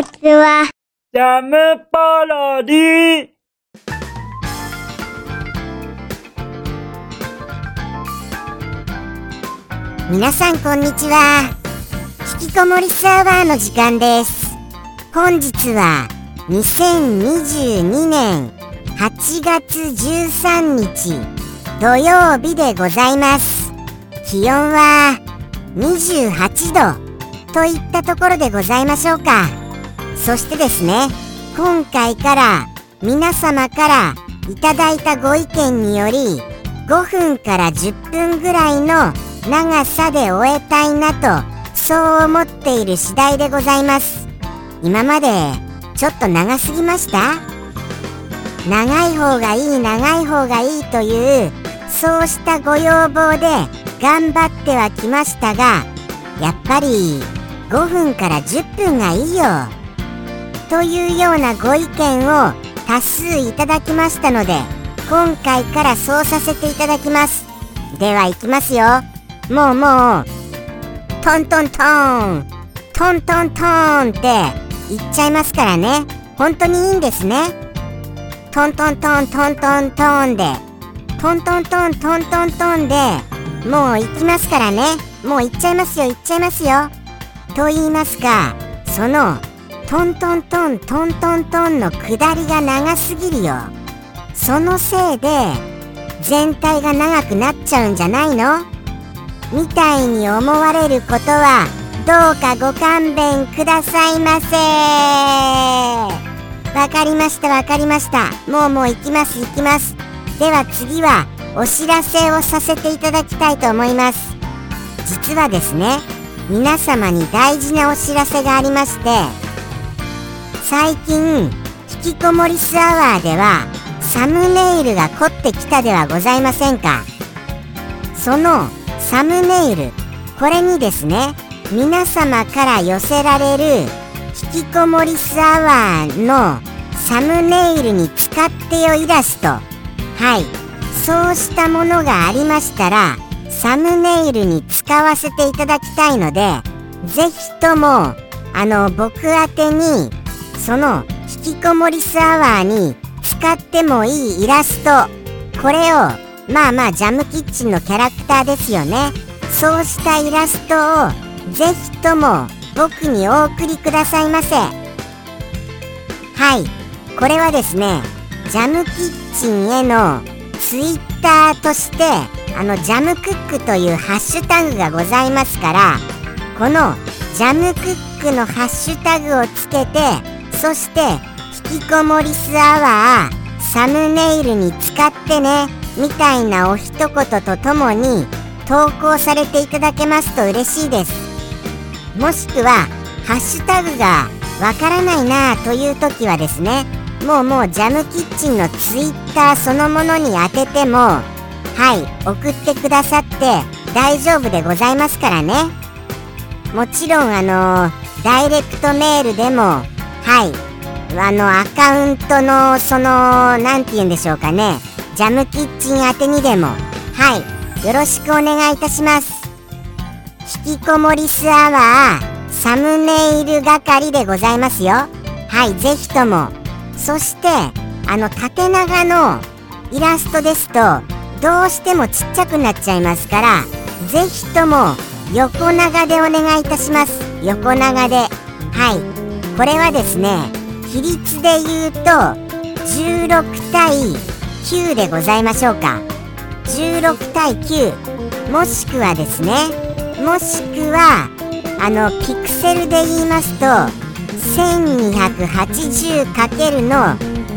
ちは。 ジャムパロディ。 皆さんこんにちは。引きこもりスアワーの時間です。本日は2022年8月13日土曜日でございます。気温は28度といったところでございましょうか。そしてですね、今回から皆様からいただいたご意見により5分から10分ぐらいの長さで終えたいなとそう思っている次第でございます。今までちょっと長すぎました？長い方がいい長い方がいいというそうしたご要望で頑張ってはきましたが、やっぱり5分から10分がいいよというようなご意見を多数いただきましたので、今回からそうさせていただきます。では行きますよ。もうトントントントントントンって言っちゃいますからね。本当にいいんですね。トントントントントントンでトントントントントントンでもう行きますからね。もう行っちゃいますよ行っちゃいますよと言いますか、そのトントントントントントンの下りが長すぎるよ。そのせいで全体が長くなっちゃうんじゃないのみたいに思われることはどうかご勘弁くださいませ。わかりましたわかりました。もう行きます行きます。では次はお知らせをさせていただきたいと思います。実はですね、皆様に大事なお知らせがありまして、最近引きこもりスアワーではサムネイルが凝ってきたではございませんか。そのサムネイル、これにですね、皆様から寄せられる引きこもりスアワーのサムネイルに使ってよイラスト、そうしたものがありましたらサムネイルに使わせていただきたいので、ぜひとも僕宛てにその引きこもりスアワーに使ってもいいイラスト、これをジャムキッチンのキャラクターですよね。そうしたイラストをぜひとも僕にお送りくださいませ。これはですね、ジャムキッチンへのツイッターとしてジャムクックというハッシュタグがございますから、このジャムクックのハッシュタグをつけて、そして引きこもりスアワーサムネイルに使ってねみたいなお一言とともに投稿されていただけますと嬉しいです。もしくはハッシュタグがわからないなという時はですね、もうジャムキッチンのツイッターそのものに当てても送ってくださって大丈夫でございますからね。もちろんダイレクトメールでもアカウントのなんて言うんでしょうかね、ジャムキッチン宛てにでもよろしくお願いいたします。引きこもりスアワーサムネイル係でございますよ。ぜひとも。そして縦長のイラストですとどうしてもちっちゃくなっちゃいますから、ぜひとも横長でお願いいたします。横長でこれはですね、比率で言うと16対9でございましょうか。16対9、もしくはですね、ピクセルで言いますと 1280× の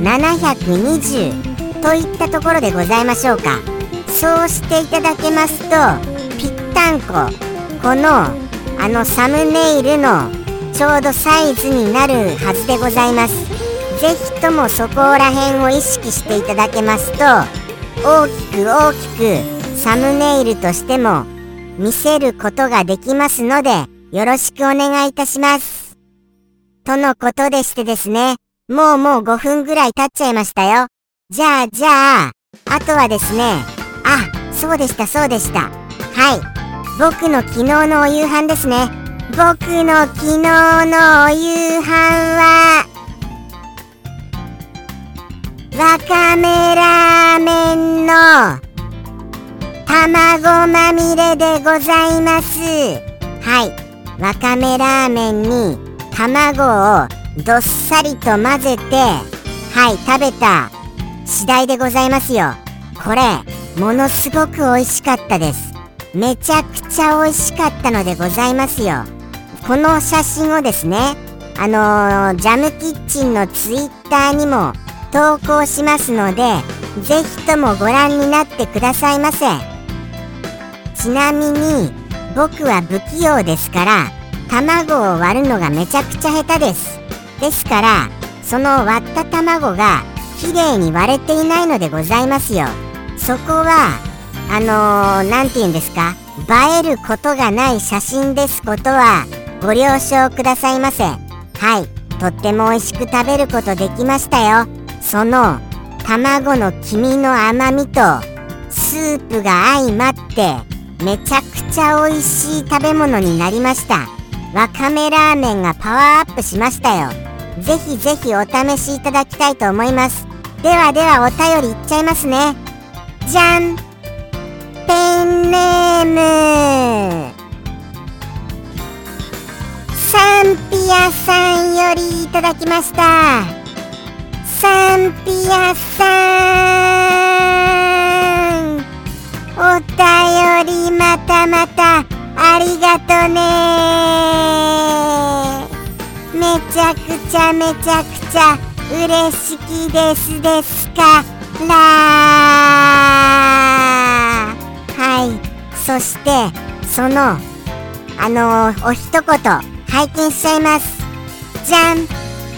720といったところでございましょうか。そうしていただけますとぴったんここのサムネイルのちょうどサイズになるはずでございます。ぜひともそこら辺を意識していただけますと大きくサムネイルとしても見せることができますのでよろしくお願いいたしますとのことでしてですね、もう5分ぐらい経っちゃいましたよ。じゃああとはですね、そうでした僕の昨日のお夕飯ですね。 僕の昨日のお夕飯はわかめラーメンの卵まみれでございます。はい、わかめラーメンに卵をどっさりと混ぜて、はい、食べた次第でございますよ。これものすごく美味しかったです。めちゃくちゃ美味しかったのでございますよ。この写真をですね、ジャムキッチンのツイッターにも投稿しますので、ぜひともご覧になってくださいませ。ちなみに僕は不器用ですから、卵を割るのがめちゃくちゃ下手です。ですからその割った卵がきれいに割れていないのでございますよ。そこはなんて言うんですか、映えることがない写真ですことはご了承くださいませ。はい、とっても美味しく食べることできましたよ。その卵の黄身の甘みとスープが相まってめちゃくちゃ美味しい食べ物になりました。わかめラーメンがパワーアップしましたよ。ぜひぜひお試しいただきたいと思います。ではではお便りいっちゃいますね。じゃん、ペンネームサンピアさんよりいただきました。サンピアさん、お便りまたまたありがとね。めちゃくちゃめちゃくちゃ嬉しきですからはい、そしてそのお一言拝見しちゃいます。じゃん。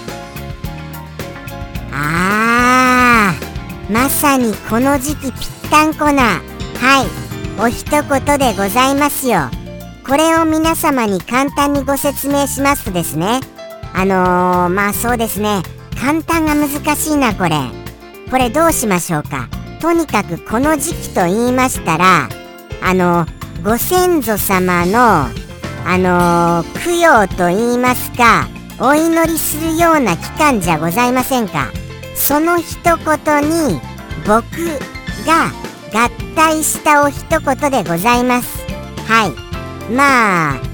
まさにこの時期ぴったんこな、はい、お一言でございますよ。これを皆様に簡単にご説明しますとですね、まあそうですね、簡単が難しいな。これどうしましょうか。とにかくこの時期と言いましたら、ご先祖様の供養と言いますか、お祈りするような期間じゃございませんか。その一言に僕が合体したお一言でございます。はい、まあ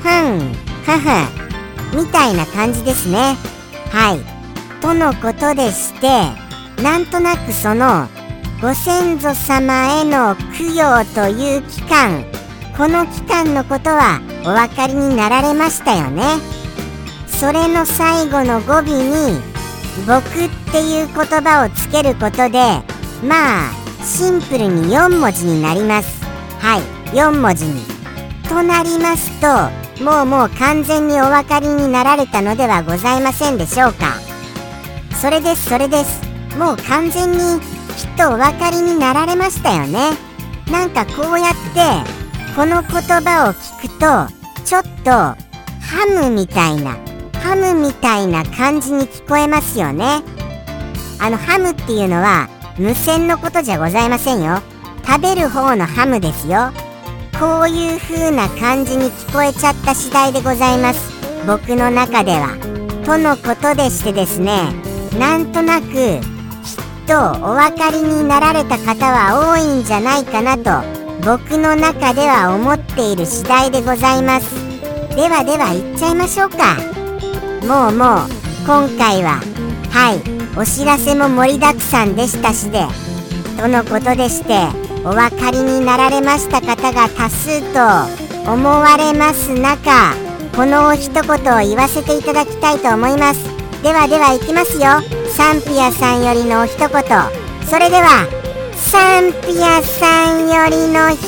みたいな感じですね。はい、とのことでして、なんとなくそのご先祖様への供養という期間、この期間のことはお分かりになられましたよね。それの最後の語尾に僕っていう言葉をつけることで、まあシンプルに4文字になります。はい、4文字にとなりますと、もう完全にお分かりになられたのではございませんでしょうか。それです。もう完全にきっとお分かりになられましたよね。なんかこうやってこの言葉を聞くと、ちょっとハムみたいな感じに聞こえますよね。ハムっていうのは無線のことじゃございませんよ。食べる方のハムですよ。こういう風な感じに聞こえちゃった次第でございます、僕の中では。とのことでしてですね、なんとなくきっとお分かりになられた方は多いんじゃないかなと僕の中では思っている次第でございます。では行っちゃいましょうか。もう今回ははいお知らせも盛りだくさんでしたしで、とのことでしてお分かりになられました方が多数と思われます中、このお一言を言わせていただきたいと思います。ではいきますよ。サンピアさんよりのお一言。それではサンピアさんよりの一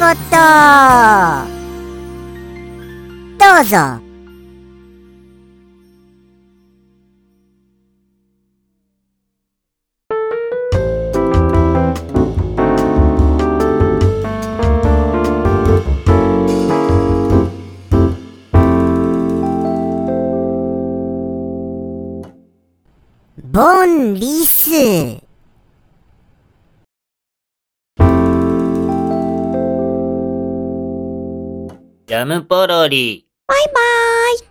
言どうぞ。ボンリス。 ジャムポロリ。 バイバーイ。